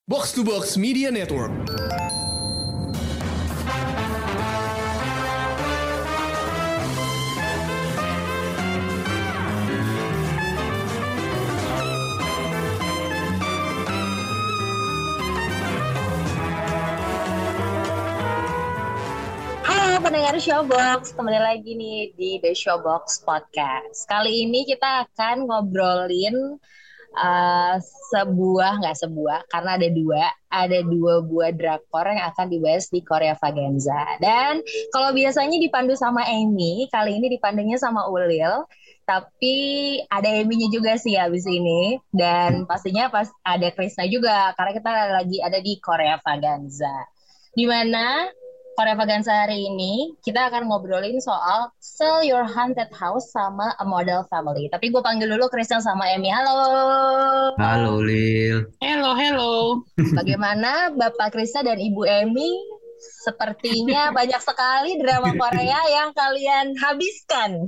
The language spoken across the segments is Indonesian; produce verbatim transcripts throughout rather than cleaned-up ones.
Box to Box Media Network. Halo pendengar Showbox, kembali lagi nih di The Showbox Podcast. Kali ini kita akan ngobrolin uh, sebuah, nggak sebuah, karena ada dua, ada dua buah drakor yang akan dibahas di Korea Vaganza. Dan kalau biasanya dipandu sama Amy, kali ini dipandunya sama Ulil. Tapi ada Amy-nya juga sih habis ini. Dan pastinya pas ada Krisna juga, karena kita lagi ada di Korea Vaganza. Di mana Korea Vaganza hari ini kita akan ngobrolin soal Sell Your Haunted House sama A Model Family. Tapi gue panggil dulu Christian sama Emmy. Halo. Halo Lil. Hello, hello. Bagaimana Bapak Krista dan Ibu Emmy? Sepertinya banyak sekali drama Korea yang kalian habiskan.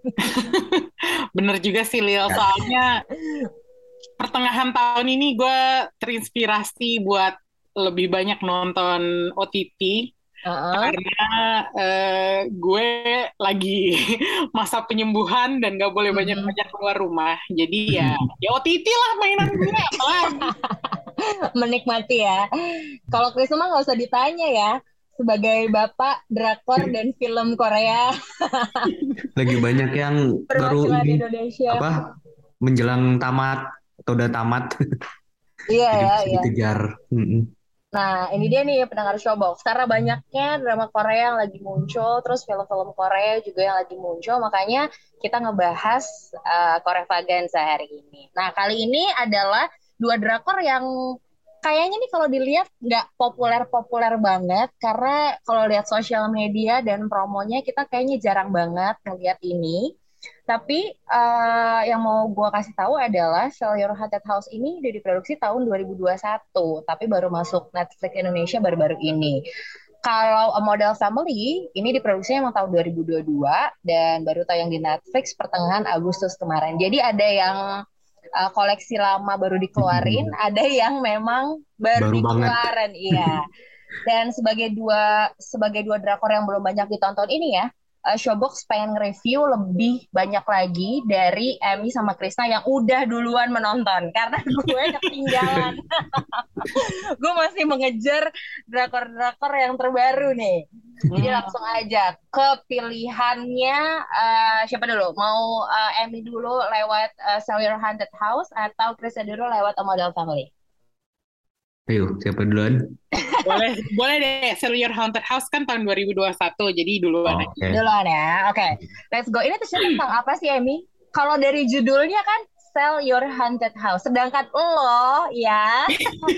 Bener juga sih Lil, soalnya pertengahan tahun ini gue terinspirasi buat lebih banyak nonton O T T. Uh-uh. Karena uh, gue lagi masa penyembuhan dan gak boleh banyak-banyak keluar rumah. Jadi ya, ya O T T lah mainan gue. Apalagi. Menikmati ya. Kalau Chris mah gak usah ditanya ya. Sebagai bapak drakor dan film Korea. Lagi banyak yang baru Perwakilan ini Indonesia. apa menjelang tamat atau udah tamat. Iya Jadi ya, bisa iya. dikejar. Mm-mm. Nah, ini dia nih pendengar Showbox. Karena banyaknya drama Korea yang lagi muncul, terus film-film Korea juga yang lagi muncul, makanya kita ngebahas uh, Korea Vaganza hari ini. Nah, kali ini adalah dua drakor yang kayaknya nih kalau dilihat nggak populer-populer banget, karena kalau lihat sosial media dan promonya kita kayaknya jarang banget ngeliat ini. Tapi uh, yang mau gue kasih tahu adalah Sell Your Haunted House ini udah diproduksi tahun dua ribu dua puluh satu, tapi baru masuk Netflix Indonesia baru-baru ini. Kalau A Model Family, ini diproduksinya emang tahun dua ribu dua puluh dua dan baru tayang di Netflix pertengahan Agustus kemarin. Jadi ada yang uh, koleksi lama baru dikeluarin, Mm-mm. ada yang memang baru, Baru banget. dikeluarin, iya. Dan sebagai dua sebagai dua drakor yang belum banyak ditonton ini ya, uh, Showbox pengen review lebih banyak lagi dari Emmy sama Krisna yang udah duluan menonton karena gue ketinggalan. Gue masih mengejar drakor-drakor yang terbaru nih. Jadi Hmm. langsung aja ke pilihannya. Uh, siapa dulu? Mau uh, Emmy dulu lewat uh, Sell Your Haunted House atau Krisna dulu lewat A Model Family? Ayo, siapa duluan? Boleh, boleh deh. Sell Your Haunted House kan tahun dua ribu dua puluh satu, jadi duluan aja. Oke. Duluan ya, oke. Let's go. Ini tuh tentang apa sih, Emmy? Kalau dari judulnya kan Sell Your Haunted House. Sedangkan lo, ya,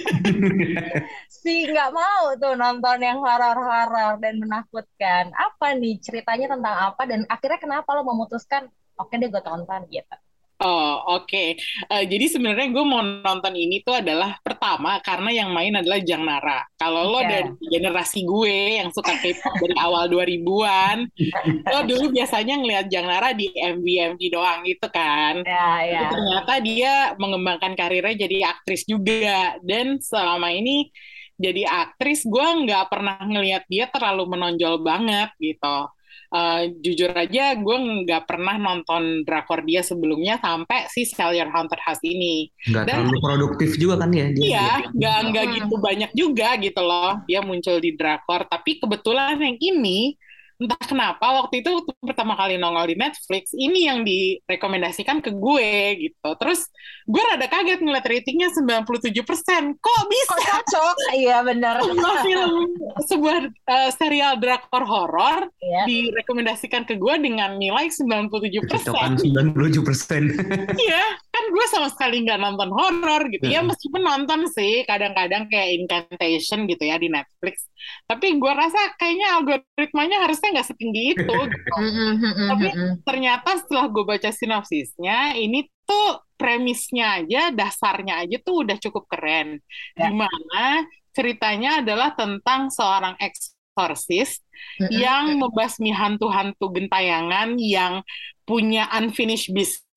si nggak mau tuh nonton yang horor-horor dan menakutkan. Apa nih ceritanya tentang apa? Dan akhirnya kenapa lo memutuskan, oke deh gue tonton gitu. Oh, oke. Eh, jadi sebenarnya gue mau nonton ini tuh adalah pertama karena yang main adalah Jang Nara. Kalau lo Oke. dari generasi gue yang suka K-pop dari awal dua ribuan, lo dulu biasanya ngelihat Jang Nara di M V M V doang gitu kan. Ya, ya. Tapi ternyata dia mengembangkan karirnya jadi aktris juga. Dan selama ini jadi aktris, gue nggak pernah ngelihat dia terlalu menonjol banget gitu. Uh, jujur aja gue nggak pernah nonton drakor dia sebelumnya sampai si Sell Your Haunted House ini. Nggak Dan terlalu produktif juga kan ya dia. iya, nggak nggak Hmm. gitu banyak juga gitu loh dia muncul di drakor. Tapi kebetulan yang ini entah kenapa waktu itu waktu pertama kali nongol di Netflix ini yang direkomendasikan ke gue gitu. Terus gue rada kaget ngeliat ratingnya sembilan puluh tujuh persen. Kok bisa Kok cocok? Iya benar. sebuah film, sebuah uh, serial drakor horor Iya. direkomendasikan ke gue dengan nilai sembilan puluh tujuh Kecocokan persen. sembilan puluh tujuh persen. Iya, kan gue sama sekali nggak nonton horor gitu. Ya meskipun nonton sih kadang-kadang kayak Incantation gitu ya di Netflix. Tapi gue rasa kayaknya algoritmanya harusnya nggak setinggi itu. Gitu. Tapi ternyata setelah gue baca sinopsisnya, ini tuh premisnya aja, dasarnya aja tuh udah cukup keren. Ya. Dimana ceritanya adalah tentang seorang eksorsis Mm-mm. yang membasmi hantu-hantu gentayangan yang punya unfinished business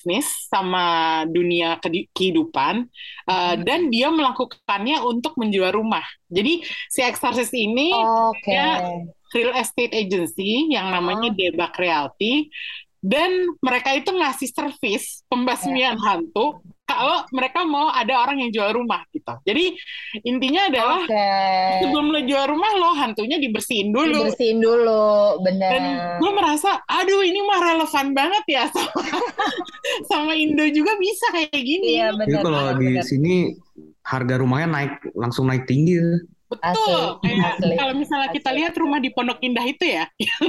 bisnis sama dunia kedi- kehidupan, uh, dan dia melakukannya untuk menjual rumah. Jadi si Exorcist ini Oke. dia real estate agency yang namanya Oh. Debak Realty, dan mereka itu ngasih servis pembasmian hantu kalau mereka mau ada orang yang jual rumah gitu. Jadi intinya adalah Oke. sebelum lo jual rumah, lo hantunya dibersihin dulu. Dibersihin dulu, bener. Dan gue merasa, aduh ini mah relevan banget ya sama, sama Indo juga bisa kayak gini. Iya, Jadi bener. kalau bener, di bener. sini harga rumahnya naik langsung naik tinggi. Betul, Asli, kayak asli. kalau misalnya kita Asli. lihat rumah di Pondok Indah itu ya,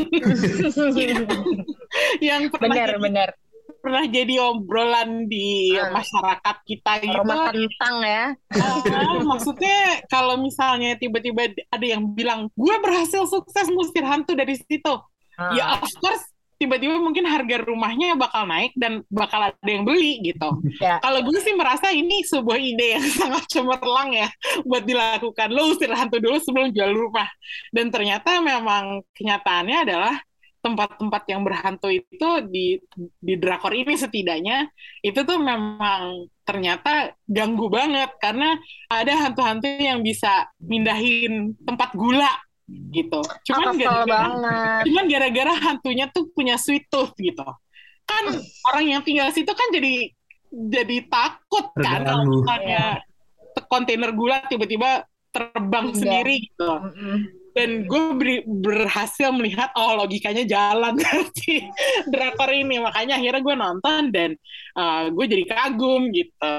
yang pernah Bener, jadi, bener. pernah jadi obrolan di Hmm. masyarakat kita gitu. Rumah kentang ya. Ah, maksudnya kalau misalnya tiba-tiba ada yang bilang, gue berhasil sukses ngusir hantu dari situ, ya Ah. of course tiba-tiba mungkin harga rumahnya bakal naik dan bakal ada yang beli gitu. Ya. Kalau gue sih merasa ini sebuah ide yang sangat cemerlang ya buat dilakukan. Lo usir hantu dulu sebelum jual rumah. Dan ternyata memang kenyataannya adalah tempat-tempat yang berhantu itu di di drakor ini setidaknya itu tuh memang ternyata ganggu banget karena ada hantu-hantu yang bisa mindahin tempat gula gitu. Cuman Kesel gara-gara banget. cuman gara-gara hantunya tuh punya sweet tooth gitu. Kan orang yang tinggal situ kan jadi jadi takut kan kalau Terganggu. misalnya kontainer gula tiba-tiba terbang Pindah. sendiri gitu. Mm-mm. Dan gue ber- berhasil melihat oh logikanya jalan si drakor ini, makanya akhirnya gue nonton dan uh, gue jadi kagum gitu.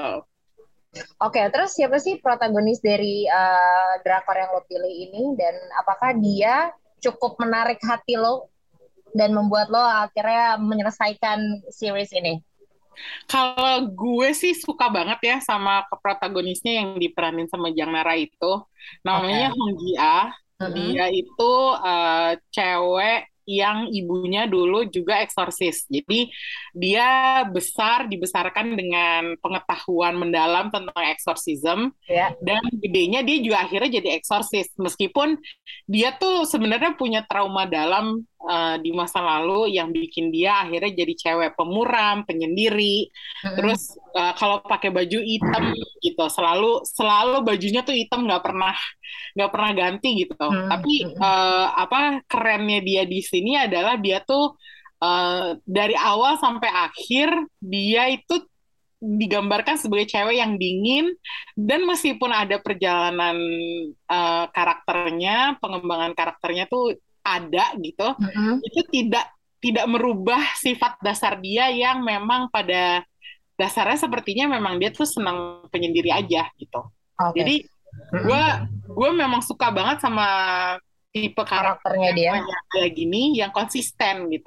Oke, terus siapa sih protagonis dari eh, drakor yang lo pilih ini dan apakah dia cukup menarik hati lo dan membuat lo akhirnya menyelesaikan series ini? Kalau gue sih suka banget ya sama protagonisnya yang diperanin sama Jang Nara itu, namanya Oke. Hong Ji-ah. Mm-mm. Dia itu uh, cewek yang ibunya dulu juga eksorsis. Jadi dia besar dibesarkan dengan pengetahuan mendalam tentang eksorsisme, Ya. dan gedenya dia juga akhirnya jadi eksorsis. Meskipun dia tuh sebenarnya punya trauma dalam uh, di masa lalu yang bikin dia akhirnya jadi cewek pemuram, penyendiri. Mm-mm. Terus uh, kalau pakai baju hitam gitu, selalu selalu bajunya tuh hitam, nggak pernah nggak pernah ganti gitu. Hmm. Tapi Mm-mm. uh, apa kerennya dia di sini adalah dia tuh uh, dari awal sampai akhir dia itu digambarkan sebagai cewek yang dingin, dan meskipun ada perjalanan uh, karakternya, pengembangan karakternya tuh ada gitu, Mm-mm. itu tidak tidak merubah sifat dasar dia yang memang pada dasarnya sepertinya memang dia tuh senang penyendiri aja gitu. Oke. Jadi Mm-mm. gue gue memang suka banget sama tipe karakter Karakternya dia. yang kayak gini, yang konsisten gitu.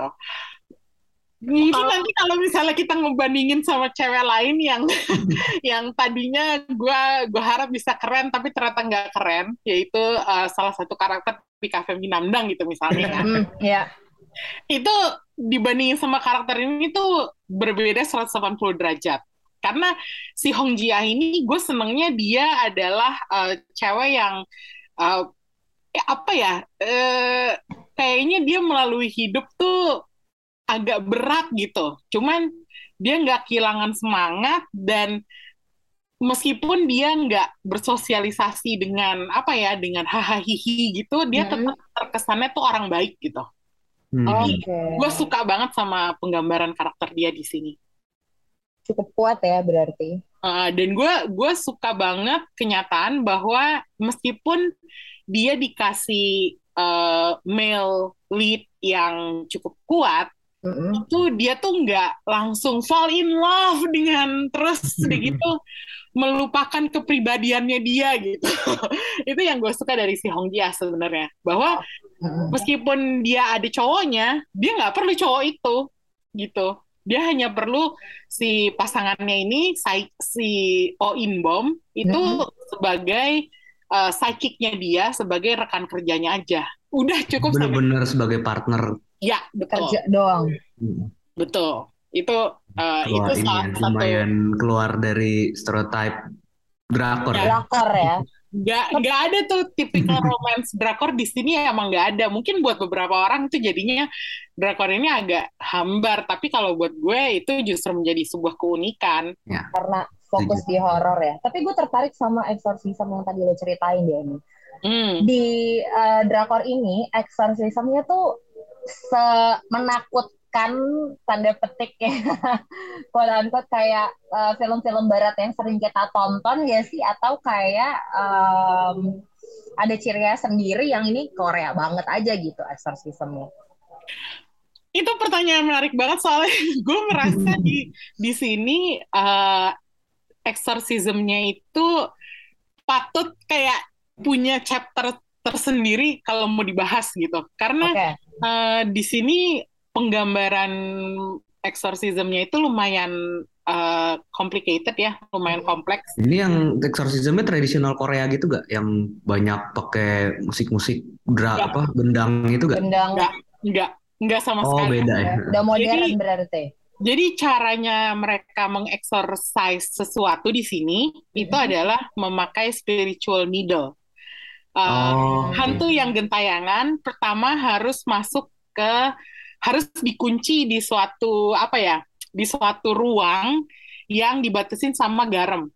Mungkin Kalau- nanti kalau misalnya kita ngebandingin sama cewek lain yang yang tadinya gue gue harap bisa keren tapi ternyata nggak keren, yaitu uh, salah satu karakter di Cafe Minamdang gitu misalnya ya. Hmm, ya. Itu dibandingin sama karakter ini tuh berbeda seratus delapan puluh derajat. Karena si Hong Ji-ah ini gue senengnya dia adalah uh, cewek yang uh, eh, apa ya, eh, kayaknya dia melalui hidup tuh agak berat gitu. Cuman dia nggak kehilangan semangat, dan meskipun dia nggak bersosialisasi dengan apa ya, dengan hahaha hihi gitu, dia Mm-mm. tetap terkesannya tuh orang baik gitu. Hmm. Oke. Gue suka banget sama penggambaran karakter dia di sini. Cukup kuat ya berarti. Uh, dan gue gue suka banget kenyataan bahwa meskipun dia dikasih uh, male lead yang cukup kuat, Mm-mm. itu dia tuh nggak langsung fall in love dengan terus udah gitu melupakan kepribadiannya dia gitu. Itu yang gue suka dari si Hong Ji-ah sebenarnya, bahwa Mm-mm. meskipun dia ada cowoknya, dia nggak perlu cowok itu gitu. Dia hanya perlu si pasangannya ini, si, si Oh In Bom itu Mm-mm. sebagai uh, sidekick-nya dia, sebagai rekan kerjanya aja. Udah cukup sampai. Bener-bener sebagai partner. Ya, betul. Kerja doang. Hmm. Betul. Itu uh, Keluar itu ini salah ya, satu. lumayan keluar dari stereotype drakor Ya. ya. Drakor ya. nggak nggak ada tuh tipikal romance drakor di sini, emang nggak ada. Mungkin buat beberapa orang tuh jadinya drakor ini agak hambar, tapi kalau buat gue itu justru menjadi sebuah keunikan. Ya, Karena fokus setuju. di horor ya. Tapi gue tertarik sama exorcism yang tadi lo ceritain deh ini. Hmm. Di eh, drakor ini exorcismnya tuh semenakutkan tanda petik ya, quote unquote, kayak eh, film-film barat yang sering kita tonton ya sih, atau kayak em, ada ciri khas sendiri yang ini Korea banget aja gitu exorcismnya. Itu pertanyaan menarik banget soalnya gue merasa di di sini uh, exorcismnya itu patut kayak punya chapter tersendiri kalau mau dibahas gitu. Karena Oke. uh, di sini penggambaran exorcismnya itu lumayan uh, complicated ya, lumayan kompleks. Ini yang exorcismnya tradisional Korea gitu gak? Yang banyak pakai musik-musik dra Nggak. apa gendang itu gak? Gendang. Enggak, enggak, enggak sama Oh sekali. beda ya. Udah modern Jadi- berarti. Jadi caranya mereka mengeksorsis sesuatu di sini itu Mhm. adalah memakai spiritual needle. Uh, Oh, hantu oke. yang gentayangan pertama harus masuk ke harus dikunci di suatu apa ya di suatu ruang yang dibatasin sama garam.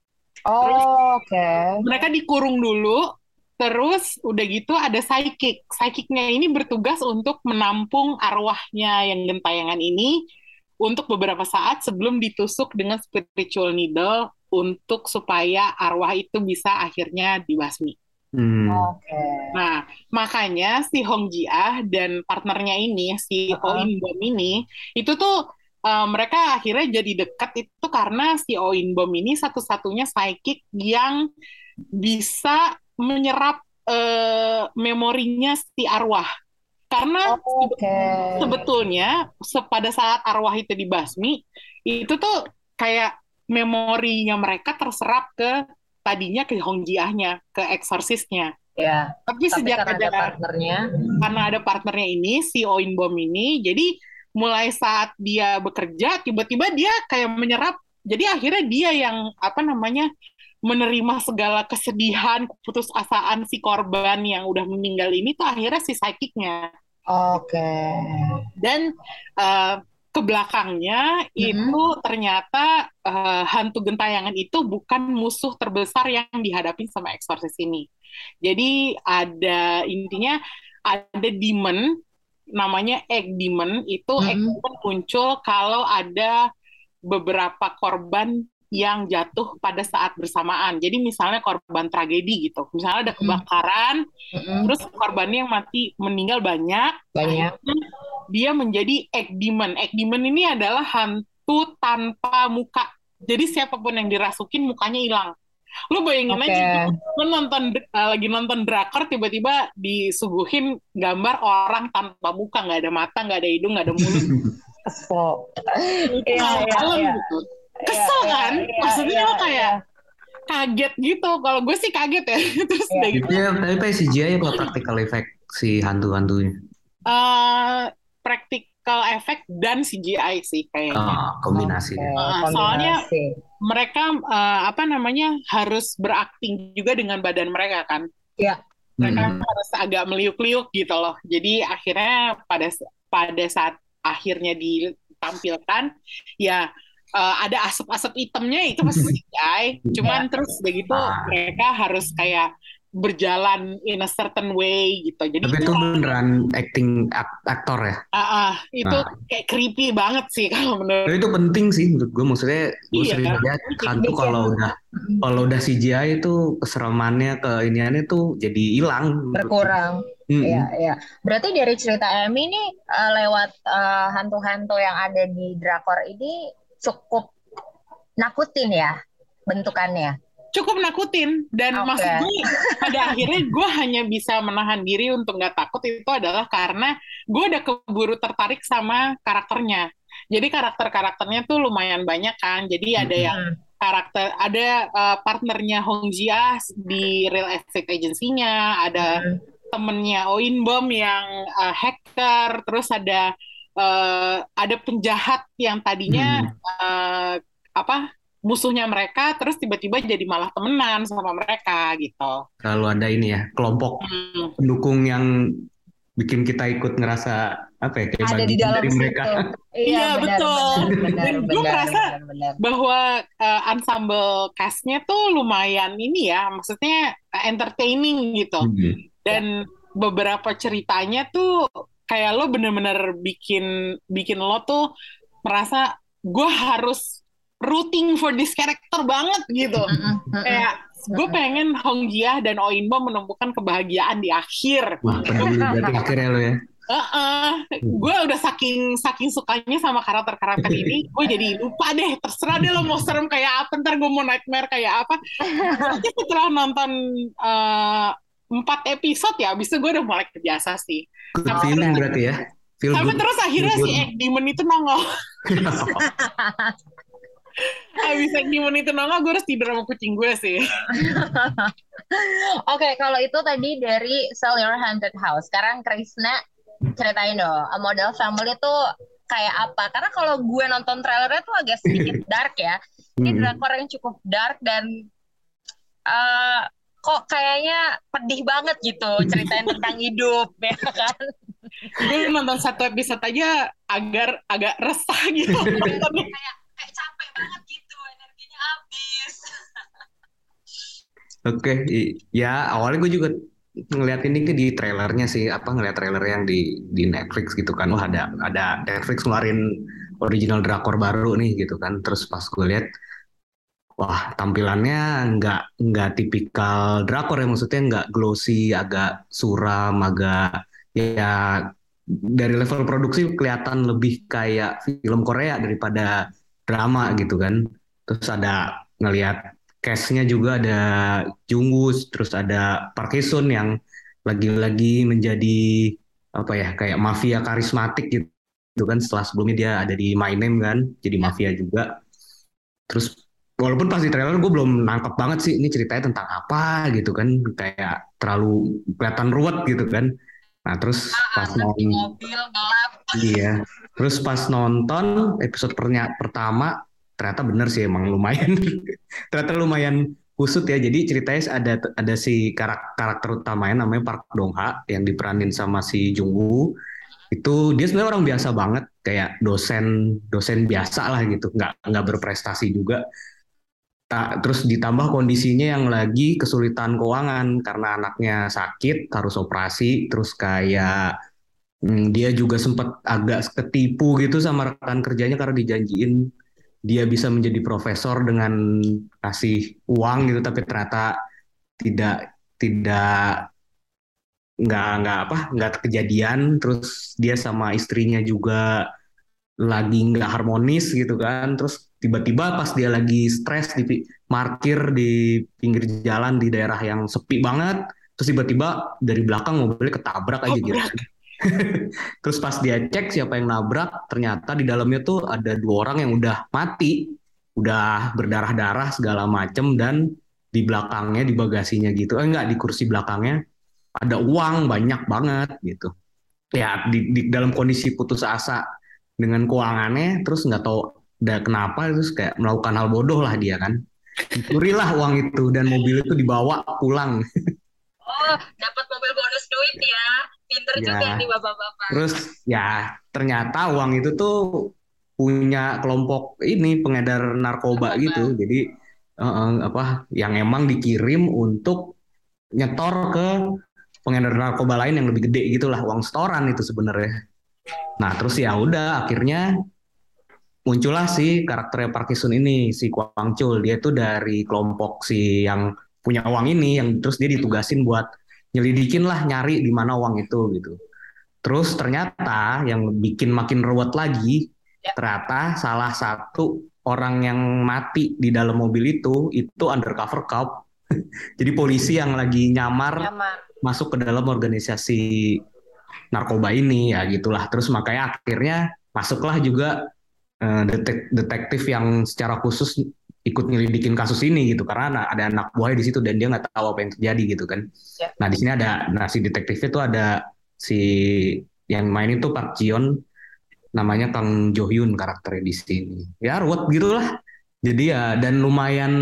Oh, oke. Mereka dikurung dulu, terus udah gitu ada psychic. Psychicnya ini bertugas untuk menampung arwahnya yang gentayangan ini untuk beberapa saat sebelum ditusuk dengan spiritual needle untuk supaya arwah itu bisa akhirnya dibasmi. Hmm. Oke. Nah, makanya si Hong Ji-ah dan partnernya ini, si Oh Uh-uh. In-bom ini, itu tuh uh, mereka akhirnya jadi dekat itu karena si Oh In-bom ini satu-satunya psychic yang bisa menyerap uh, memorinya si arwah. Karena Oke. sebetulnya se- pada saat arwah itu dibasmi, itu tuh kayak memorinya mereka terserap ke tadinya ke Hong Ji-ahnya, ke eksorsisnya. Ya, Tapi tapi sejak karena ada ada partnernya, karena ada partnernya ini, si Oh In-bom ini, jadi mulai saat dia bekerja, tiba-tiba dia kayak menyerap. Jadi akhirnya dia yang apa namanya menerima segala kesedihan, keputusasaan si korban yang udah meninggal ini tuh akhirnya si psychic-nya. oke. Dan uh, ke belakangnya Mhm. itu ternyata uh, hantu gentayangan itu bukan musuh terbesar yang dihadapi sama eksorsis ini. Jadi ada intinya ada demon namanya egg demon. Itu egg Mhm. demon muncul kalau ada beberapa korban yang jatuh pada saat bersamaan. Jadi misalnya korban tragedi gitu. Misalnya ada Mhm. kebakaran, Mm-mm. terus korbannya yang mati meninggal banyak. Banyak. Akhirnya dia menjadi egg demon. Egg demon ini adalah hantu tanpa muka. Jadi siapapun yang dirasukin mukanya hilang. Lu bayangin Oke. aja, lu nonton uh, lagi nonton drakor tiba-tiba disuguhin gambar orang tanpa muka, nggak ada mata, nggak ada hidung, nggak ada mulut. Kesel. Itu Iya, malam iya, iya. gitu. Kesel Iya, kan? iya, Maksudnya iya, lo kayak iya. kaget gitu. Kalau gue sih kaget ya. Terus Iya. udah gitu, Itu ya, tapi pakai C G I apa practical effect si hantu-hantunya? uh, practical effect dan C G I sih kayaknya. Ah, kombinasi. Oke, Uh, soalnya kombinasi. mereka uh, apa namanya harus berakting juga dengan badan mereka kan. Iya. Mereka Hmm. harus agak meliuk-liuk gitu loh. Jadi akhirnya pada pada saat akhirnya ditampilkan ya uh, ada asap-asap hitamnya itu pasti C G I. Cuman terus udah gitu Ah. mereka harus kayak berjalan in a certain way gitu. Jadi Tapi itu itu beneran acting ak- aktor ya. ah, ah, itu Nah. kayak creepy banget sih kalau menurut. Tapi itu penting sih menurut gue. Maksudnya gue Iya. sering lihat hantu Bikin- kalau udah kalau udah C G I itu keseramannya ke iniannya tuh jadi hilang. Berkurang. Mm-mm. Iya, iya. Berarti dari cerita Emmy ini eh, lewat eh, hantu-hantu yang ada di drakor ini cukup nakutin ya bentukannya. Cukup nakutin dan Oke. maksud gue pada akhirnya gue hanya bisa menahan diri untuk nggak takut itu adalah karena gue udah keburu tertarik sama karakternya. Jadi karakter-karakternya tuh lumayan banyak kan. Jadi ada Mm-mm. yang karakter ada uh, partnernya Hong Ji-ah di real estate agency-nya, ada Hmm. temennya Oh In-bom yang uh, hacker, terus ada uh, ada penjahat yang tadinya Hmm. uh, apa musuhnya mereka, terus tiba-tiba jadi malah temenan sama mereka gitu. Selalu ada ini ya, kelompok Hmm. pendukung yang bikin kita ikut ngerasa apa ya, kayak Ada di bagian dalam dari situ. mereka. Iya, Iya, benar, betul. benar, benar, Dan gue benar, merasa benar, benar. bahwa uh, ensemble cast-nya tuh lumayan ini ya, maksudnya uh, entertaining gitu. Hmm. Dan beberapa ceritanya tuh kayak lo bener-bener bikin bikin lo tuh merasa gue harus rooting for this character banget gitu. Mm-mm, mm-mm. Kayak gue pengen Hong Jia dan Oh In Bom menemukan kebahagiaan di akhir. Wah, peduli berarti akhirnya lo ya. Heeh, gue udah saking saking sukanya sama karakter-karakter ini, gue jadi lupa deh. Terserah deh lo mau serem kayak apa, ntar gue mau nightmare kayak apa. Tapi setelah nonton uh, empat episode ya, abis itu gue udah mulai kebiasa sih. Good Sampai feeling terus, berarti ya. Feel sampai good. terus akhirnya Feel si good. Egg Demon itu nongol. Abis Egg Demon itu nongol, gue harus tidur sama kucing gue sih. Oke, kalau itu tadi dari Sell Your Haunted House. Sekarang Krisna ceritain dong, A Model Family tuh kayak apa? Karena kalau gue nonton trailernya tuh agak sedikit dark ya. Ini Hmm. drakor yang cukup dark dan eh, kok kayaknya pedih banget gitu ceritain tentang hidup ya kan? Gue nonton satu episode aja agar agak resah gitu. kayak kayak capek banget gitu, energinya habis. Oke, i- ya awalnya gue juga ngeliat ini ke di trailernya sih, apa ngeliat trailer yang di di Netflix gitu kan. Wah, ada ada Netflix ngeluarin original drakor baru nih gitu kan. Terus pas gue lihat, wah tampilannya nggak nggak tipikal drakor ya, maksudnya nggak glossy, agak suram, agak ya dari level produksi kelihatan lebih kayak film Korea daripada drama gitu kan. Terus ada ngelihat cast-nya juga ada Jungwoo, terus ada Park Hae Sun yang lagi-lagi menjadi apa ya, kayak mafia karismatik gitu, gitu kan. Setelah sebelumnya dia ada di My Name kan, jadi mafia juga. Terus walaupun pas di trailer gue belum nangkep banget sih ini ceritanya tentang apa gitu kan, kayak terlalu kelihatan ruwet gitu kan. Nah terus pas Anak di nonton, mobil gelap. iya, terus pas nonton episode pernya, pertama ternyata bener sih emang lumayan, ternyata lumayan kusut ya. Jadi ceritanya ada ada si karak- karakter utamanya namanya Park Dong Ha yang diperanin sama si Jungwoo. Itu dia sebenarnya orang biasa banget, kayak dosen dosen biasa lah gitu, nggak nggak berprestasi juga. Ta- terus ditambah kondisinya yang lagi kesulitan keuangan karena anaknya sakit harus operasi, terus kayak hmm, dia juga sempat agak ketipu gitu sama rekan kerjanya karena dijanjiin dia bisa menjadi profesor dengan kasih uang gitu, tapi ternyata tidak tidak nggak nggak apa nggak kejadian. Terus dia sama istrinya juga lagi nggak harmonis gitu kan. Terus tiba-tiba pas dia lagi stres di pi- parkir di pinggir jalan di daerah yang sepi banget, terus tiba-tiba dari belakang mobilnya ketabrak aja gitu. Tabrak. Terus pas dia cek siapa yang nabrak, ternyata di dalamnya tuh ada dua orang yang udah mati, udah berdarah-darah segala macem, dan di belakangnya di bagasinya gitu, eh enggak, di kursi belakangnya ada uang banyak banget gitu. Ya di, di dalam kondisi putus asa dengan keuangannya, terus nggak tahu udah kenapa, terus kayak melakukan hal bodoh lah dia kan. Dicurilah uang itu dan mobil itu dibawa pulang. Oh, dapat mobil bonus duit ya. Pinter Ya. juga nih bapak-bapak. Terus ya ternyata uang itu tuh punya kelompok ini pengedar narkoba Narkoba. gitu. Jadi eh, eh, apa yang emang dikirim untuk nyetor ke pengedar narkoba lain yang lebih gede gitulah, uang setoran itu sebenarnya. Nah terus ya udah akhirnya muncullah si karakternya Park Hae Sun ini, si Kwang Chul. Dia tuh dari kelompok si yang punya uang ini, yang terus dia ditugasin buat nyelidikin lah, nyari di mana uang itu gitu. Terus ternyata yang bikin makin ruwet lagi, Ya. ternyata salah satu orang yang mati di dalam mobil itu itu undercover cop. Jadi polisi yang lagi nyamar Nyamar. masuk ke dalam organisasi narkoba ini ya gitulah. Terus makanya akhirnya masuklah juga eh, detek- detektif yang secara khusus ikut nyelidikin kasus ini gitu, karena ada anak buahnya di situ dan dia nggak tahu apa yang terjadi gitu kan. Ya. Nah di sini ada, nah si detektifnya tuh ada si yang main itu Park Ji Yeon, namanya Kang Jo Hyun karakternya di sini. Ya ruwet gitulah. Jadi ya dan lumayan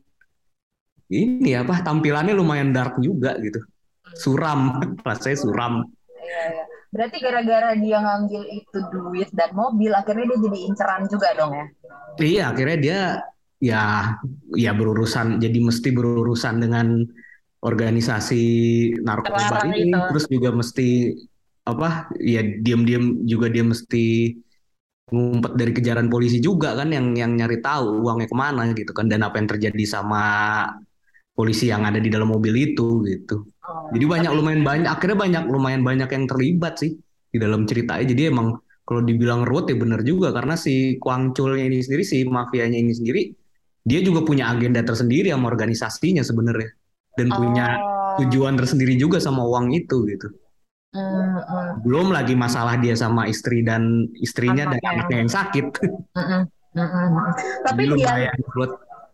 ini apa tampilannya lumayan dark juga gitu. Suram, rasanya suram. Iya, iya. Berarti gara-gara dia ngambil itu duit dan mobil, akhirnya dia jadi inceran juga dong ya? Iya, akhirnya dia ya ya berurusan jadi mesti berurusan dengan organisasi narkoba Terlarang ini, itu. terus juga mesti apa ya diam-diam juga dia mesti ngumpet dari kejaran polisi juga kan yang yang nyari tahu uangnya kemana gitu kan dan apa yang terjadi sama polisi yang ada di dalam mobil itu gitu. Oh, Jadi banyak tapi lumayan banyak akhirnya banyak lumayan banyak yang terlibat sih di dalam ceritanya. Jadi emang kalau dibilang ruwet ya benar juga karena si Kwang Chul-nya ini sendiri si mafianya ini sendiri dia juga punya agenda tersendiri sama organisasinya sebenarnya dan punya oh, tujuan tersendiri juga sama uang itu gitu. mm, mm. Belum lagi masalah dia sama istri dan istrinya dan Anaknya. anaknya yang sakit. Mm-mm, mm-mm. Tapi Jadi di, lumayan ruwet.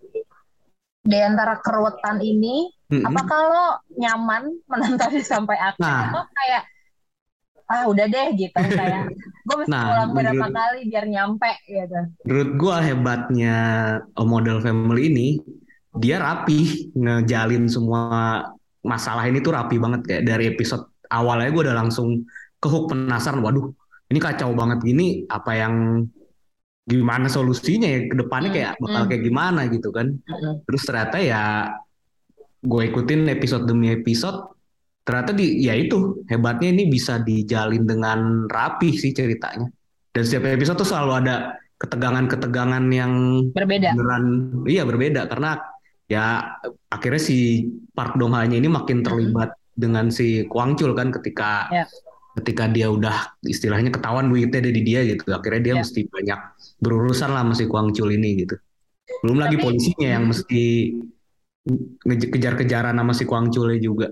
di antara keruwetan ini, Mm-mm. apakah lo nyaman menontonnya sampai akhir Nah, atau kayak ah udah deh gitu kayak gue mesti nah ulang berapa menurut kali biar nyampe gitu. menurut gua hebatnya A Model Family ini dia rapi ngejalin semua masalah ini tuh rapi banget kayak dari episode awalnya gue udah langsung ke hook penasaran waduh ini kacau banget gini apa yang gimana solusinya ya ke depannya Hmm, kayak bakal hmm, kayak gimana gitu kan mm-mm. terus ternyata ya gue ikutin episode demi episode ternyata di ya itu hebatnya ini bisa dijalin dengan rapi sih ceritanya dan setiap episode tuh selalu ada ketegangan-ketegangan yang Berbeda. beneran iya berbeda karena ya akhirnya si Park Dong Ha-nya ini makin Mm-mm. terlibat dengan si Kwang Chul kan ketika Ya, ketika dia udah istilahnya ketahuan duitnya ada di dia gitu akhirnya dia ya. mesti banyak berurusan lah sama si Kwang Chul ini gitu belum lagi Tapi polisinya yang mesti ngejar kejar-kejaran sama si Kwang Chul juga.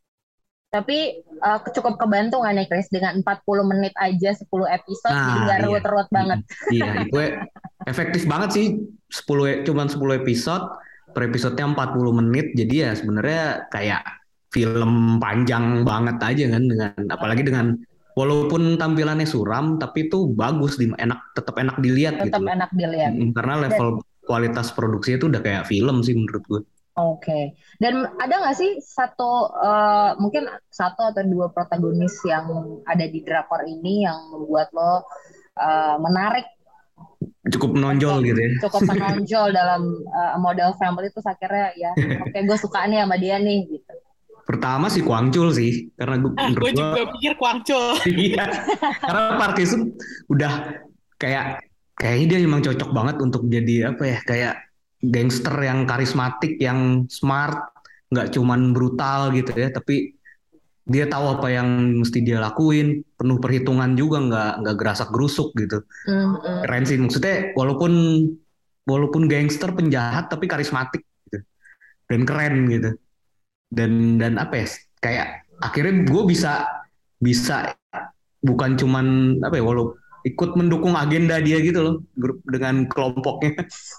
tapi uh, cukup kebantu nggak nih Chris dengan empat puluh menit aja sepuluh episode jadi Nah, nggak iya. ruwet-ruwet banget. Iya, itu efektif banget sih. sepuluh cuman sepuluh episode, per episodenya empat puluh menit. Jadi ya sebenarnya kayak film panjang banget aja kan dengan apalagi dengan walaupun tampilannya suram tapi itu bagus di enak tetap enak dilihat Tetap gitu loh. enak dilihat. Mm, Karena Dan level kualitas produksinya itu udah kayak film sih menurut gue. oke. Dan ada nggak sih satu uh, mungkin satu atau dua protagonis yang ada di drakor ini yang membuat lo uh, menarik Cukup menonjol untuk gitu ya. cukup menonjol dalam uh, model family itu akhirnya ya oke gue suka nih sama dia nih gitu. Pertama si Kwang Chul sih, karena gue Ah, menurut gue gue juga pikir Kwang Chul. iya. Karena Park Hae-sung udah kayak kayaknya dia memang cocok banget untuk jadi apa ya kayak gangster yang karismatik, yang smart, nggak cuman brutal gitu ya, tapi dia tahu apa yang mesti dia lakuin, penuh perhitungan juga, nggak nggak gerasak gerusuk gitu. Mm-mm. Keren sih maksudnya, walaupun walaupun gangster penjahat tapi karismatik gitu dan keren gitu. Dan dan apa ya kayak akhirnya gue bisa bisa bukan cuman apa ya walau ikut mendukung agenda dia gitu loh grup dengan kelompoknya.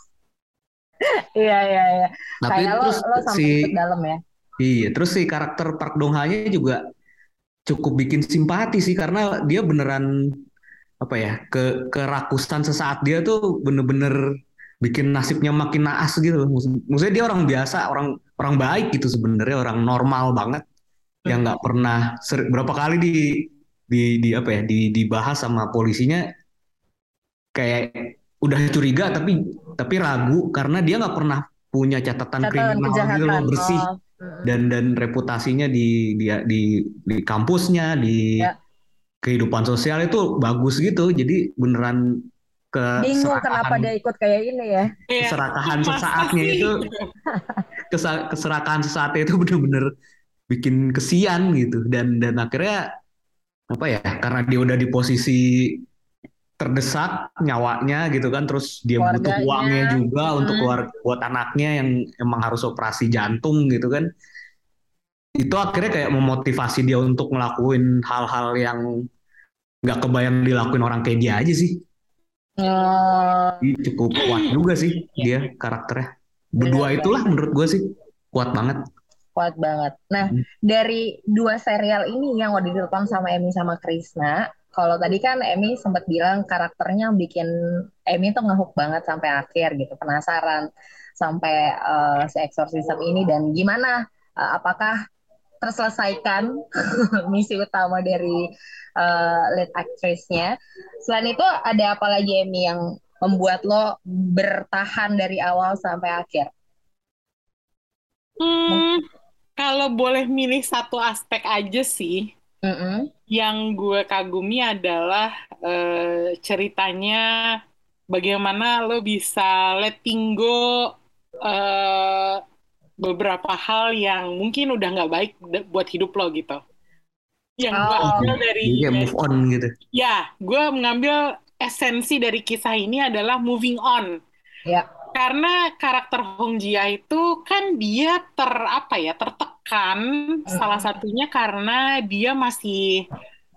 Iya iya iya. Tapi Kayak lo terus lo sampai si ikut dalam ya. iya terus si karakter Park Dong Ha-nya juga cukup bikin simpati sih karena dia beneran apa ya ke kerakusan sesaat dia tuh bener-bener bikin nasibnya makin naas gitu loh. Maksud- Maksudnya dia orang biasa, orang orang baik gitu sebenarnya, orang normal banget yang nggak pernah ser- berapa kali di di di apa ya di dibahas sama polisinya kayak udah curiga tapi tapi ragu karena dia nggak pernah punya catatan Catatan kriminal gitu loh kejahatan. bersih Oh. Mm-mm. dan dan reputasinya di dia di di kampusnya di Ya. kehidupan sosial itu bagus gitu jadi beneran Bingung kenapa keserakahan dia ikut kayak ini ya. Iya, keserakahan masa sesaatnya sih? itu kesa- keserakahan sesaatnya itu bener-bener bikin kesian gitu dan dan akhirnya apa ya karena dia udah di posisi terdesak nyawanya gitu kan terus dia butuh Keluarganya. uangnya juga untuk Mm. keluar buat anaknya yang emang harus operasi jantung gitu kan itu akhirnya kayak memotivasi dia untuk ngelakuin hal-hal yang nggak kebayang dilakuin orang kayak dia aja sih. Oh, Jadi cukup kuat juga sih dia karakternya. Berdua benar itulah banget. menurut gue sih kuat banget. Kuat banget. Nah, Hmm. dari dua serial ini yang udah ditonton sama Emi sama Krisna, kalau tadi kan Emmy sempat bilang karakternya bikin Emmy tuh ngehook banget sampai akhir gitu, penasaran sampai uh, si exorcism ini dan gimana, uh, apakah terselesaikan misi utama dari uh, lead actress-nya. Selain itu ada apa lagi Emmy yang membuat lo bertahan dari awal sampai akhir? Hmm, kalau boleh milih satu aspek aja sih, Mm-mm. yang gue kagumi adalah eh, ceritanya bagaimana lo bisa letting go eh, beberapa hal yang mungkin udah nggak baik d- buat hidup lo gitu. Yang gue Oh, ambil dari, Jadi kayak dari move on gitu. ya, gue mengambil esensi dari kisah ini adalah moving on. ya. Karena karakter Hong Jia itu kan dia ter apa ya tertekan salah Mm-mm. satunya karena dia masih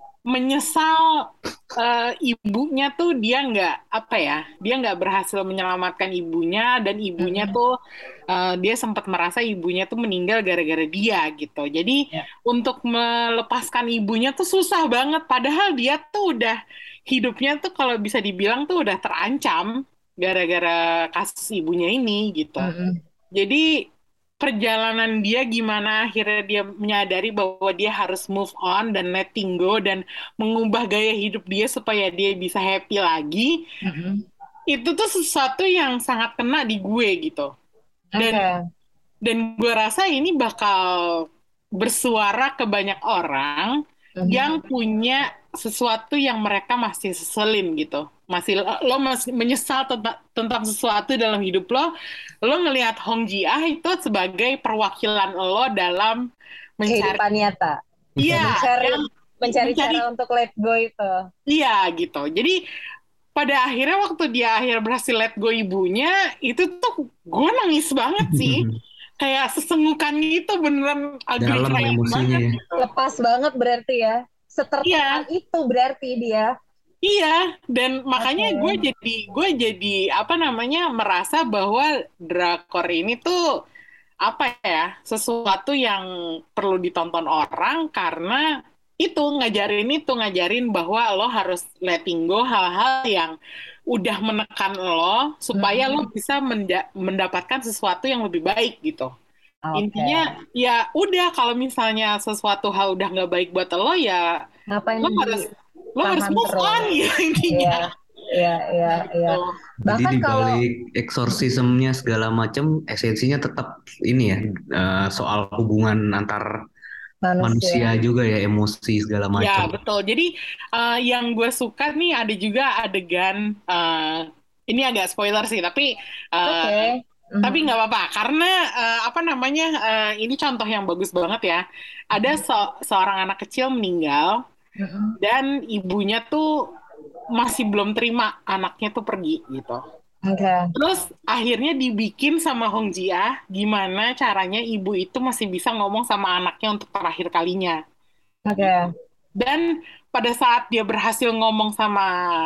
menyesal eh, ibunya tuh dia nggak apa ya dia nggak berhasil menyelamatkan ibunya dan ibunya Mm-mm. tuh eh, dia sempat merasa ibunya tuh meninggal gara-gara dia gitu. Jadi Ya. untuk melepaskan ibunya tuh susah banget padahal dia tuh udah hidupnya tuh kalau bisa dibilang tuh udah terancam gara-gara kasus ibunya ini gitu. Mm-mm. Jadi perjalanan dia gimana akhirnya dia menyadari bahwa dia harus move on dan letting go dan mengubah gaya hidup dia supaya dia bisa happy lagi. Mm-mm. Itu tuh sesuatu yang sangat kena di gue gitu. Dan Oke. dan gue rasa ini bakal bersuara ke banyak orang Mhm. yang punya sesuatu yang mereka masih seselin gitu. Masih lo masih menyesal tentang, tentang sesuatu dalam hidup lo. Lo ngelihat Hong Ji-ah itu sebagai perwakilan lo dalam mencari Kehidupan nyata. iya, Mencari yang mencari mencari cara untuk let go itu. iya gitu. Jadi pada akhirnya waktu dia akhirnya berhasil let go ibunya, itu tuh gue nangis banget sih. Kayak sesengukan gitu beneran ugly Dalam crying emosinya banget ya. gitu. Lepas banget berarti ya. Setertekan Iya, itu berarti dia. iya, dan makanya gue Oke. jadi gue jadi apa namanya merasa bahwa drakor ini tuh apa ya sesuatu yang perlu ditonton orang karena itu ngajarin itu ngajarin bahwa lo harus letting go hal-hal yang udah menekan lo supaya lo Mm-mm. bisa menda- mendapatkan sesuatu yang lebih baik gitu. Oke. Intinya ya udah kalau misalnya sesuatu hal udah nggak baik buat lo ya Ngapain lo harus lo harus ditahan move on terus? gitu Iya, intinya iya, iya, iya. gitu. Jadi Bahkan di kalau balik eksorsismnya segala macam, esensinya tetap ini ya, eh, soal hubungan antar manusia. manusia juga ya, emosi segala Ya macam. betul. Jadi eh, yang gue suka nih ada juga adegan eh, ini agak spoiler sih tapi eh, Oke. tapi Mhm. nggak apa-apa karena eh, apa namanya eh, ini contoh yang bagus banget ya. Ada se- seorang anak kecil meninggal Mhm. dan ibunya tuh masih belum terima anaknya tuh pergi gitu. Oke. Terus akhirnya dibikin sama Hong Jia gimana caranya ibu itu masih bisa ngomong sama anaknya untuk terakhir kalinya. Oke. Dan pada saat dia berhasil ngomong sama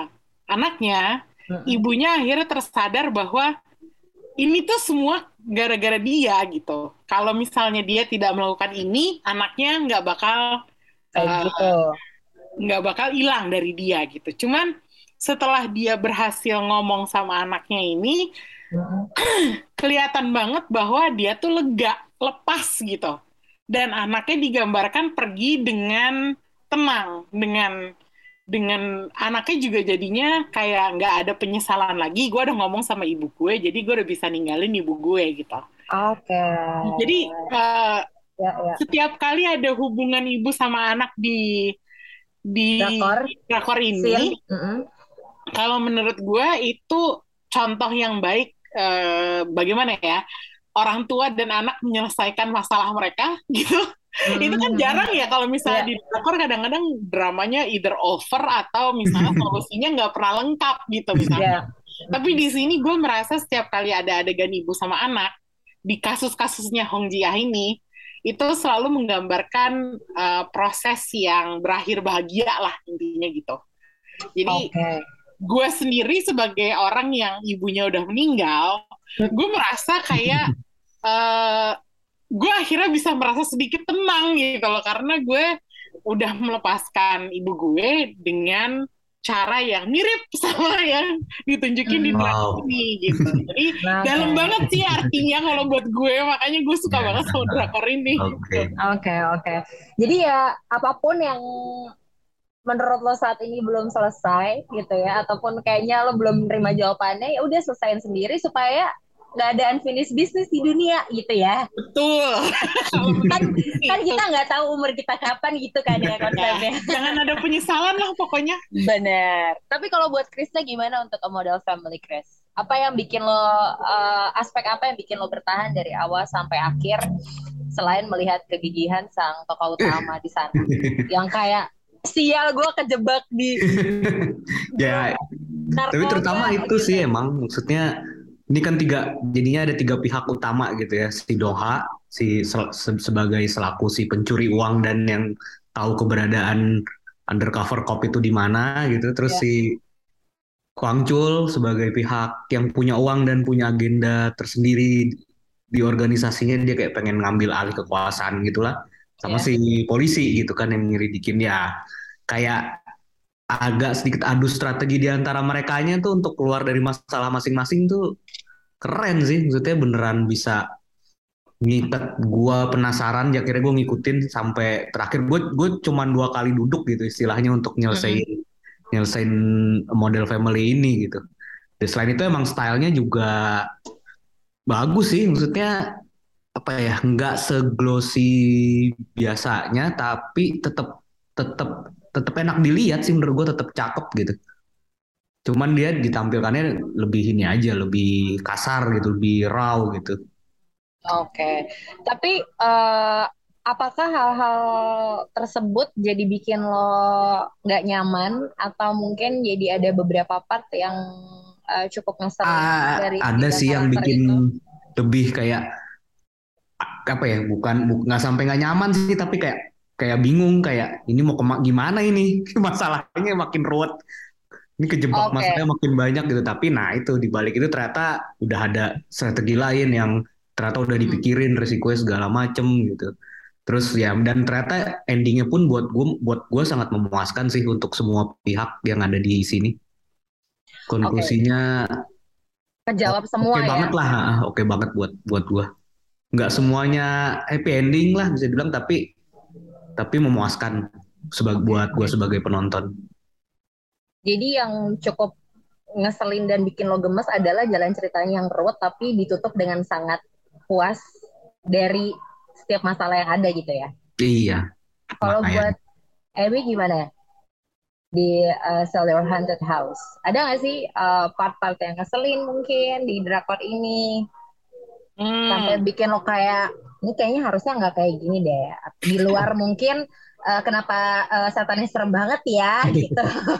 anaknya, Mhm. ibunya akhirnya tersadar bahwa ini tuh semua gara-gara dia gitu. Kalau misalnya dia tidak melakukan ini, anaknya nggak bakal Kayak eh, gitu. nggak bakal hilang dari dia gitu. Cuman setelah dia berhasil ngomong sama anaknya ini, Mhm. kelihatan banget bahwa dia tuh lega, lepas gitu. Dan anaknya digambarkan pergi dengan tenang, dengan dengan anaknya juga jadinya kayak nggak ada penyesalan lagi. Gue udah ngomong sama ibu gue, jadi gue udah bisa ninggalin ibu gue gitu. Oke. Jadi eh, Ya, ya. setiap kali ada hubungan ibu sama anak di di Drakor, drakor scene. ini, Mhm. kalau menurut gue itu contoh yang baik eh, bagaimana ya orang tua dan anak menyelesaikan masalah mereka gitu. Itu kan Mhm. jarang ya kalau misalnya Ya, di drakor kadang-kadang dramanya either over atau misalnya solusinya nggak pernah lengkap gitu misalnya. ya. Tapi di sini gue merasa setiap kali ada adegan ibu sama anak di kasus-kasusnya Hong Jia ini itu selalu menggambarkan eh, proses yang berakhir bahagia lah intinya gitu. Jadi Oke. gue sendiri sebagai orang yang ibunya udah meninggal, gue merasa kayak eh gue akhirnya bisa merasa sedikit tenang gitu loh karena gue udah melepaskan ibu gue dengan cara yang mirip sama yang ditunjukin di drakor Wow. ini gitu. Jadi Nah, dalam oke. banget sih artinya kalau buat gue, makanya gue suka banget sama drakor ini. Oke. Gitu. Oke, oke. Jadi ya apapun yang menurut lo saat ini belum selesai gitu ya, ataupun kayaknya lo belum menerima jawabannya, ya udah selesain sendiri supaya nggak ada unfinished business di dunia gitu ya. Betul. Kalau Kan menurut kan itu. kita nggak tahu umur kita kapan gitu kan ya Ya, konsepnya. jangan ada penyesalan lah pokoknya. Bener. Tapi kalau buat Krisna gimana untuk A Model Family, Chris? Apa yang bikin lo, eh, aspek apa yang bikin lo bertahan dari awal sampai akhir, selain melihat kegigihan sang tokoh utama di sana, yang kayak sial gue kejebak di Ya, tapi narkoba terutama itu gitu. sih emang maksudnya ini kan tiga jadinya ada tiga pihak utama gitu ya, si Doha si sel- se- sebagai selaku si pencuri uang dan yang tahu keberadaan undercover cop itu di mana gitu, terus Ya. si Kwang Chul sebagai pihak yang punya uang dan punya agenda tersendiri di organisasinya, dia kayak pengen ngambil alih kekuasaan gitulah, sama Ya. si polisi gitu kan yang nyelidikin ya, kayak agak sedikit adu strategi di antara merekanya tuh untuk keluar dari masalah masing-masing tuh keren sih, maksudnya beneran bisa ngikat gua penasaran, ya akhirnya gua ngikutin sampai terakhir. Gue gue cuman dua kali duduk gitu istilahnya untuk nyelesain nyelesain Model Family ini gitu. Dan selain itu emang stylenya juga bagus sih, maksudnya apa ya, nggak seglossy biasanya tapi tetap tetap tetap enak dilihat sih, menurut gue tetap cakep gitu. Cuman dia ditampilkannya lebih ini aja, lebih kasar gitu, lebih raw gitu. Oke. Tapi eh, apakah hal-hal tersebut jadi bikin lo nggak nyaman, atau mungkin jadi ada beberapa part yang eh, cukup ngeselin Ah, dari ada tiga sih yang karakter bikin itu? lebih kayak apa ya, bukan bu- nggak sampai nggak nyaman sih, tapi kayak kayak bingung, kayak ini mau kema gimana ini masalahnya makin ruwet, ini kejebak Oke. masalahnya makin banyak gitu. Tapi nah itu di balik itu ternyata udah ada strategi lain yang ternyata udah Hmm. dipikirin resikonya segala macem gitu. Terus ya, dan ternyata endingnya pun buat gue buat gue sangat memuaskan sih untuk semua pihak yang ada di sini. Konklusinya Kejawab oke semua ya. banget lah, ah, oke banget buat buat gue. Nggak semuanya happy ending lah bisa dibilang, tapi tapi memuaskan sebagai buat gue sebagai penonton. Jadi yang cukup ngeselin dan bikin lo gemes adalah jalan ceritanya yang ruwet tapi ditutup dengan sangat puas dari setiap masalah yang ada gitu ya. Iya, Kalau makanya. buat Abby gimana di uh, Sell Your Haunted House? Ada nggak sih uh, part-part yang ngeselin mungkin di drakor ini sampai Hmm. bikin lo kayak ini kayaknya harusnya nggak kayak gini deh. Di luar mungkin uh, kenapa uh, setannya serem banget ya gitu.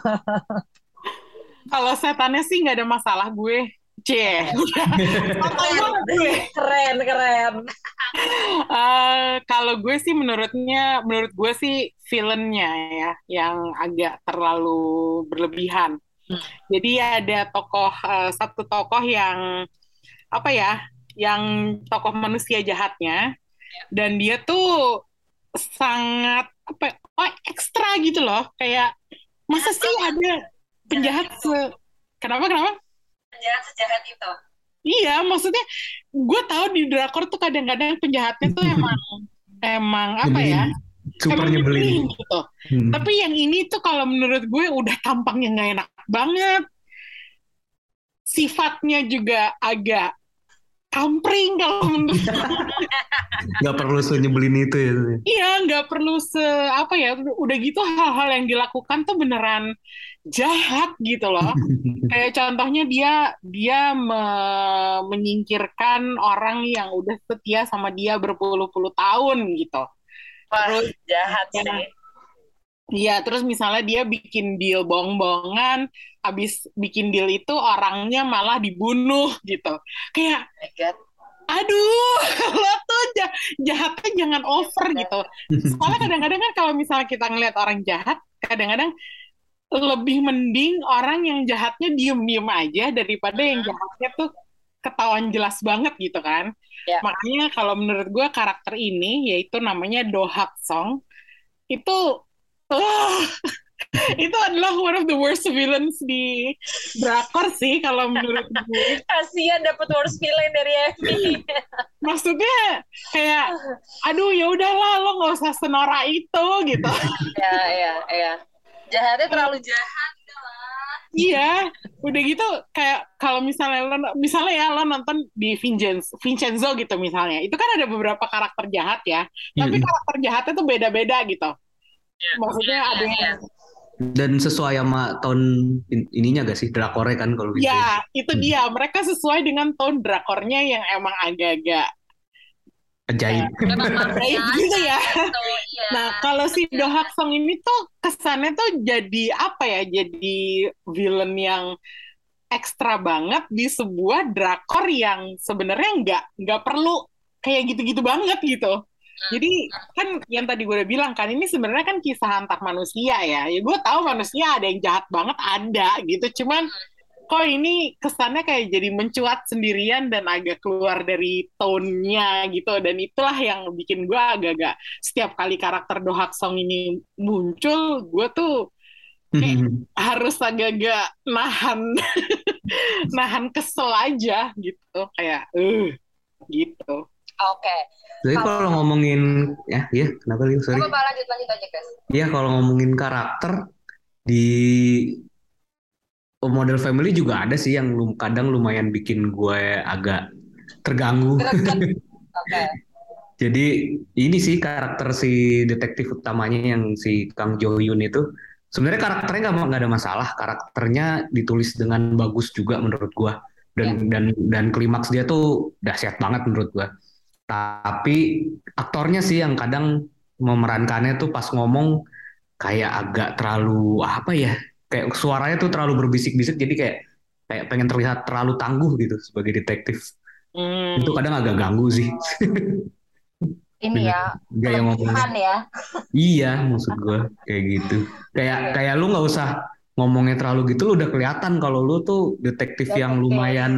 Kalau setannya sih nggak ada masalah gue. Cie. Santai banget gue. Keren, keren. Eh, kalau gue sih menurutnya, menurut gue sih villainnya ya, yang agak terlalu berlebihan. Hmm. Jadi ada tokoh, eh, satu tokoh yang apa ya, yang tokoh manusia jahatnya, dan dia tuh sangat apa, ya, oh, ekstra gitu loh, kayak masa sih ada penjahat se, kenapa kenapa? Penjahat sejahat itu. Iya, maksudnya gue tahu di drakor tuh kadang-kadang penjahatnya tuh emang emang apa ya? Nyebelin, super Emang nyebelin. nyebelin gitu. Hmm. Tapi yang ini tuh kalau menurut gue udah tampangnya nggak enak banget. Sifatnya juga agak kampring kalau menurut Nggak perlu senyebelin itu ya. Iya, nggak perlu se apa ya, udah gitu hal-hal yang dilakukan tuh beneran jahat gitu loh. Kayak contohnya dia dia me- menyingkirkan orang yang udah setia sama dia berpuluh-puluh tahun gitu. Terus jahat ya, iya, terus misalnya dia bikin deal bohong-bohongan, habis bikin deal itu orangnya malah dibunuh gitu. Kayak aduh, lo tuh jah- jahatnya jangan over gitu. Soalnya kadang-kadang kan kalau misalnya kita ngeliat orang jahat, kadang-kadang lebih mending orang yang jahatnya diem-diem aja daripada yang jahatnya tuh ketahuan jelas banget gitu kan. Ya. Makanya kalau menurut gue karakter ini, yaitu namanya Do Hak Song, itu Oh, itu adalah one of the worst villains di drakor sih kalau menurut gue. Kasian dapat worst villain dari Emi. Maksudnya kayak, aduh ya udahlah lo nggak usah senora itu gitu. Ya, ya, ya. Jahatnya terlalu jahat. Iya, udah gitu kayak kalau misalnya lo, misalnya ya lo nonton di Vincenzo, Vincenzo gitu misalnya, itu kan ada beberapa karakter jahat ya, tapi Mm-mm. karakter jahatnya tuh beda-beda gitu. Maksudnya ada yang Dan sesuai sama tahun in- ininya gak sih drakornya kan kalau gitu. ya, itu Hmm. dia. Mereka sesuai dengan tone drakornya yang emang agak-agak Ajaib. Memang baik mafia gitu ya. gitu, iya. Nah, kalau si Do Hak Song ini tuh kesannya tuh jadi apa ya? Jadi villain yang ekstra banget di sebuah drakor yang sebenarnya nggak nggak perlu kayak gitu-gitu banget gitu. Jadi kan yang tadi gue udah bilang kan ini sebenarnya kan kisah antar manusia ya. Ya gue tahu manusia ada yang jahat banget ada gitu. Cuman kok ini kesannya kayak jadi mencuat sendirian dan agak keluar dari tone-nya gitu. Dan itulah yang bikin gue agak-agak setiap kali karakter Do Hak Song ini muncul, gue tuh kayak harus agak-agak nahan nahan kesel aja gitu. Kayak uh gitu. Oke. Jadi Kalau- kalau ngomongin ya, ya kenapa Liu? Sorry. Apa apa lanjut lanjut aja, guys. Ya kalau ngomongin karakter di model family juga ada sih yang lum- kadang lumayan bikin gue agak terganggu. Greget. Oke. Jadi ini sih karakter si detektif utamanya yang si Kang Jo Hyun itu sebenarnya karakternya nggak nggak ada masalah, karakternya ditulis dengan bagus juga menurut gua dan dan dan klimaks dia tuh dahsyat banget menurut gua. Tapi aktornya sih yang kadang memerankannya tuh pas ngomong kayak agak terlalu apa ya, kayak suaranya tuh terlalu berbisik-bisik jadi kayak kayak pengen terlihat terlalu tangguh gitu sebagai detektif. Hmm. Itu kadang agak ganggu sih. Ini ya, Gaya ngomongnya. kelebihan ya. Iya, maksud gue kayak gitu. Kayak kayak lu nggak usah ngomongnya terlalu gitu, lu udah kelihatan kalau lu tuh detektif yang Detektif. lumayan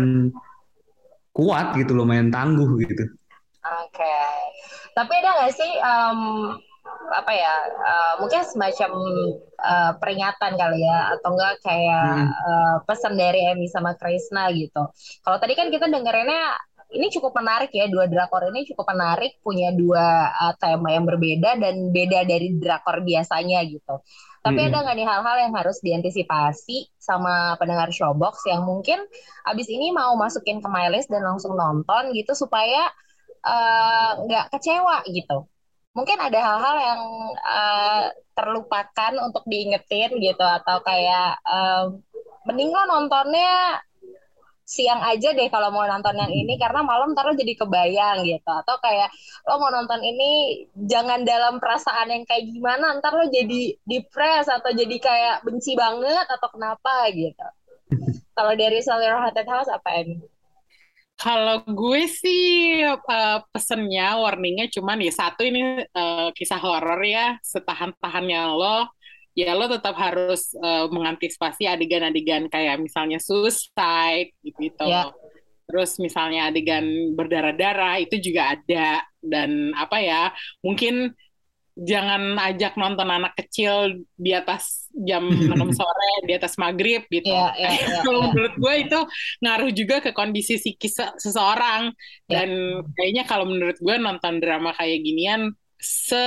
kuat gitu, lumayan tangguh gitu. Oke. Tapi ada nggak sih em, apa ya? eh, mungkin semacam eh, peringatan kali ya, atau enggak kayak Hmm. eh, pesan dari Emi sama Krisna gitu. Kalau tadi kan kita dengerinnya ini cukup menarik ya, dua drakor ini cukup menarik, punya dua eh, tema yang berbeda dan beda dari drakor biasanya gitu. Tapi Mm-mm. ada nggak nih hal-hal yang harus diantisipasi sama pendengar Showbox yang mungkin abis ini mau masukin ke my list dan langsung nonton gitu supaya eh, nggak kecewa gitu. Mungkin ada hal-hal yang eh, terlupakan untuk diingetin gitu, atau kayak eh, mending lo nontonnya siang aja deh kalau mau nonton yang ini karena malam ntar lo jadi kebayang gitu, atau kayak lo mau nonton ini jangan dalam perasaan yang kayak gimana ntar lo jadi depres atau jadi kayak benci banget atau kenapa gitu. Kalau dari Sell Your Haunted House apa ini? Kalau gue sih eh, pesennya, warningnya cuman ya satu, ini eh, kisah horor ya, setahan-tahannya lo, ya lo tetap harus eh, mengantisipasi adegan-adegan kayak misalnya suicide gitu-gitu. Ya. Terus misalnya adegan berdarah-darah itu juga ada, dan apa ya, mungkin jangan ajak nonton anak kecil di atas jam enam sore, di atas maghrib gitu. Iya, iya, iya, Kalau iya. menurut gue itu ngaruh juga ke kondisi psikis se- seseorang. Ya. Dan kayaknya kalau menurut gue nonton drama kayak ginian, se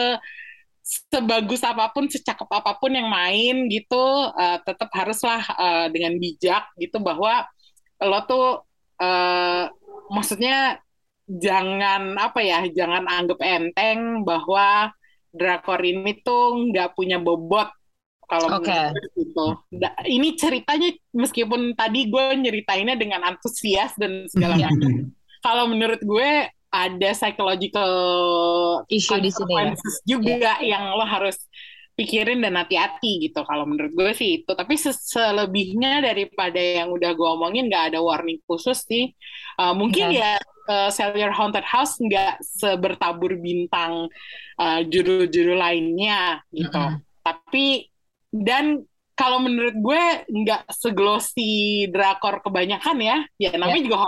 sebagus apapun, secakep apapun yang main gitu, eh, tetap haruslah eh, dengan bijak gitu, bahwa lo tuh eh, maksudnya jangan apa ya, jangan anggap enteng bahwa drakor ini tuh nggak punya bobot. Kalau Oke. menurut gue gitu. Da- ini ceritanya meskipun tadi gue nyeritainnya dengan antusias dan segala Iya. macam, kalau menurut gue ada psychological Isu di sini ya. consequences juga yang lo harus pikirin dan hati-hati gitu. Kalau menurut gue sih itu. Tapi se- selebihnya daripada yang udah gue omongin nggak ada warning khusus sih. Uh, mungkin Iya. ya uh, Sell Your Haunted House nggak sebertabur bintang uh, judul-judul lainnya gitu. Mm-mm. Tapi dan kalau menurut gue nggak seglosi drakor kebanyakan ya. Ya namanya juga horor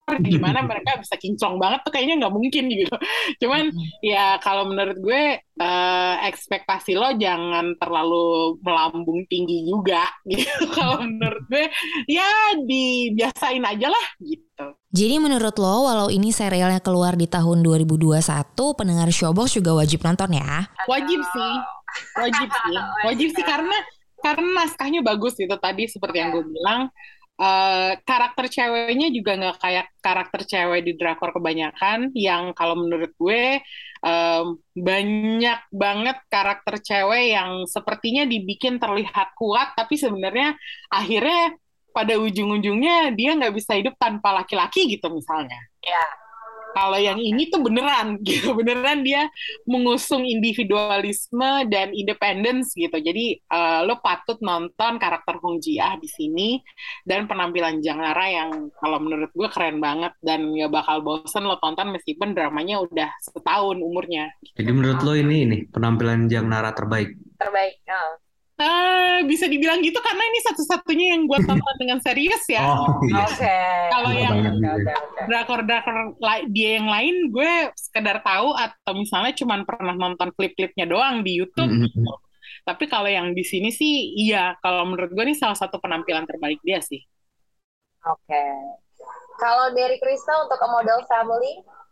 gimana mereka bisa kinclong banget tuh kayaknya nggak mungkin gitu. Cuman ya kalau menurut gue uh, ekspektasi lo jangan terlalu melambung tinggi juga gitu. Kalau menurut gue ya dibiasain aja lah gitu. Jadi menurut lo walau ini serialnya keluar di tahun dua ribu dua puluh satu, pendengar Showbox juga wajib nonton ya? Wajib sih, wajib sih, wajib sih karena karena naskahnya bagus gitu tadi seperti yang gue bilang. Uh, karakter ceweknya juga nggak kayak karakter cewek di drakor kebanyakan yang kalau menurut gue um, banyak banget karakter cewek yang sepertinya dibikin terlihat kuat tapi sebenarnya akhirnya pada ujung-ujungnya dia nggak bisa hidup tanpa laki-laki gitu misalnya. Ya. Kalau yang ini tuh beneran gitu, beneran dia mengusung individualisme dan independence gitu. Jadi uh, lo patut nonton karakter Hong Ji-ah di sini dan penampilan Jang Nara yang kalau menurut gue keren banget dan gak bakal bosen lo tonton meskipun dramanya udah setahun umurnya. Jadi menurut lo ini ini penampilan Jang Nara terbaik? Terbaik. Oh. Uh, bisa dibilang gitu karena ini satu-satunya yang gue tonton dengan serius ya. Oh, iya. Oke. Okay. Kalau yang okay. drakor-drakor dia yang lain gue sekedar tahu atau misalnya cuma pernah nonton klip-klipnya doang di YouTube. Mm-hmm. Tapi kalau yang di sini sih iya, kalau menurut gue ini salah satu penampilan terbaik dia sih. Oke. Okay. Kalau dari Krista untuk A Model Family?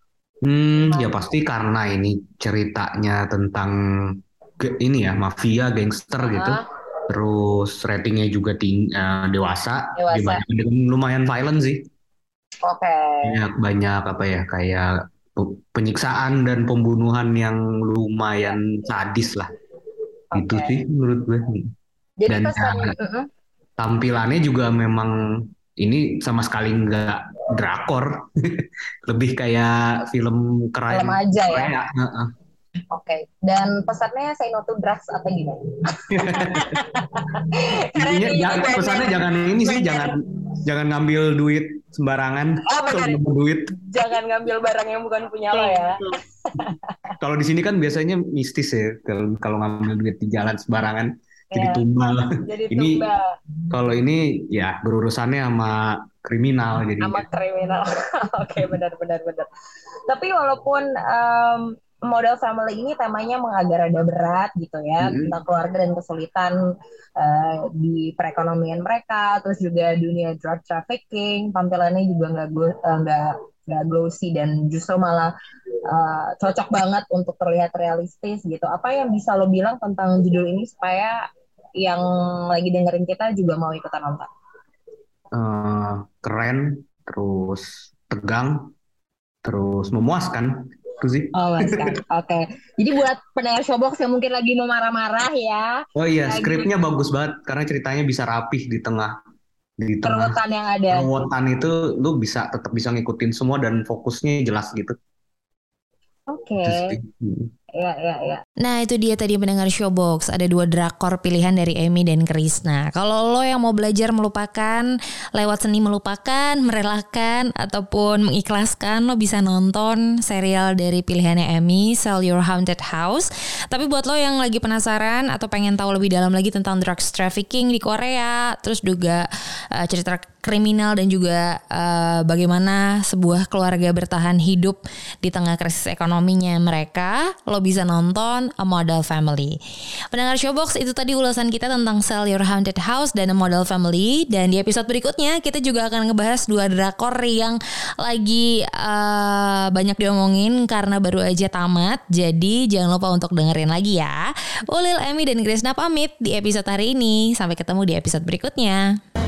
Hmm, ya pasti karena ini ceritanya tentang ini ya mafia gangster uh-huh. gitu, terus ratingnya juga ting uh, dewasa, dewasa. Banyak, lumayan violent sih. Oke. Okay. Banyak banyak apa ya kayak penyiksaan dan pembunuhan yang lumayan sadis lah, okay. Itu sih menurut gue. Jadi dan pesan, ya, uh-huh. tampilannya juga memang ini sama sekali nggak drakor, lebih kayak film crime. Film aja Korea. Ya. Uh-uh. Oke, okay. Dan pesannya say no to drugs atau gimana? Intinya pesannya jangan ini sih, jangan jangan ngambil duit sembarangan. Oh benar. Duit. Jangan ngambil barang yang bukan punya lo ya. Kalau di sini kan biasanya mistis ya, kalau kalau ngambil duit di jalan sembarangan yeah. jadi tumbal. Jadi ini tumbal. Kalau ini ya berurusannya sama kriminal jadi. Sama kriminal. Oke, okay, benar benar benar. Tapi walaupun um, Model Family ini temanya agak rada berat gitu ya, mm-hmm. tentang keluarga dan kesulitan uh, di perekonomian mereka, terus juga dunia drug trafficking, tampilannya juga nggak nggak uh, nggak glossy dan justru malah uh, cocok banget untuk terlihat realistis gitu. Apa yang bisa lo bilang tentang judul ini supaya yang lagi dengerin kita juga mau ikutan nonton? Uh, keren, terus tegang, terus memuaskan. Oh mas kan, oke. Okay. Jadi buat pendengar Showbox yang mungkin lagi mau marah-marah ya. Oh iya, lagi... skripnya bagus banget karena ceritanya bisa rapih di tengah di tengah keruwetan yang ada. Keruwetan itu lu bisa tetap bisa ngikutin semua dan fokusnya jelas gitu. Oke. Okay. Ya, ya, ya. Nah itu dia tadi pendengar Showbox. Ada dua drakor pilihan dari Amy dan Krishna. Kalau lo yang mau belajar melupakan, lewat seni melupakan, merelakan, ataupun mengikhlaskan, lo bisa nonton serial dari pilihannya Amy, Sell Your Haunted House. Tapi buat lo yang lagi penasaran atau pengen tahu lebih dalam lagi tentang drugs trafficking di Korea, terus juga uh, cerita kriminal dan juga uh, bagaimana sebuah keluarga bertahan hidup di tengah krisis ekonominya mereka, lo bisa nonton A Model Family. Pendengar Showbox, itu tadi ulasan kita tentang Sell Your Haunted House dan A Model Family. Dan di episode berikutnya kita juga akan ngebahas dua drakor yang lagi uh, banyak diomongin karena baru aja tamat. Jadi jangan lupa untuk dengerin lagi ya. Ulil, Amy, dan Krishna pamit di episode hari ini. Sampai ketemu di episode berikutnya.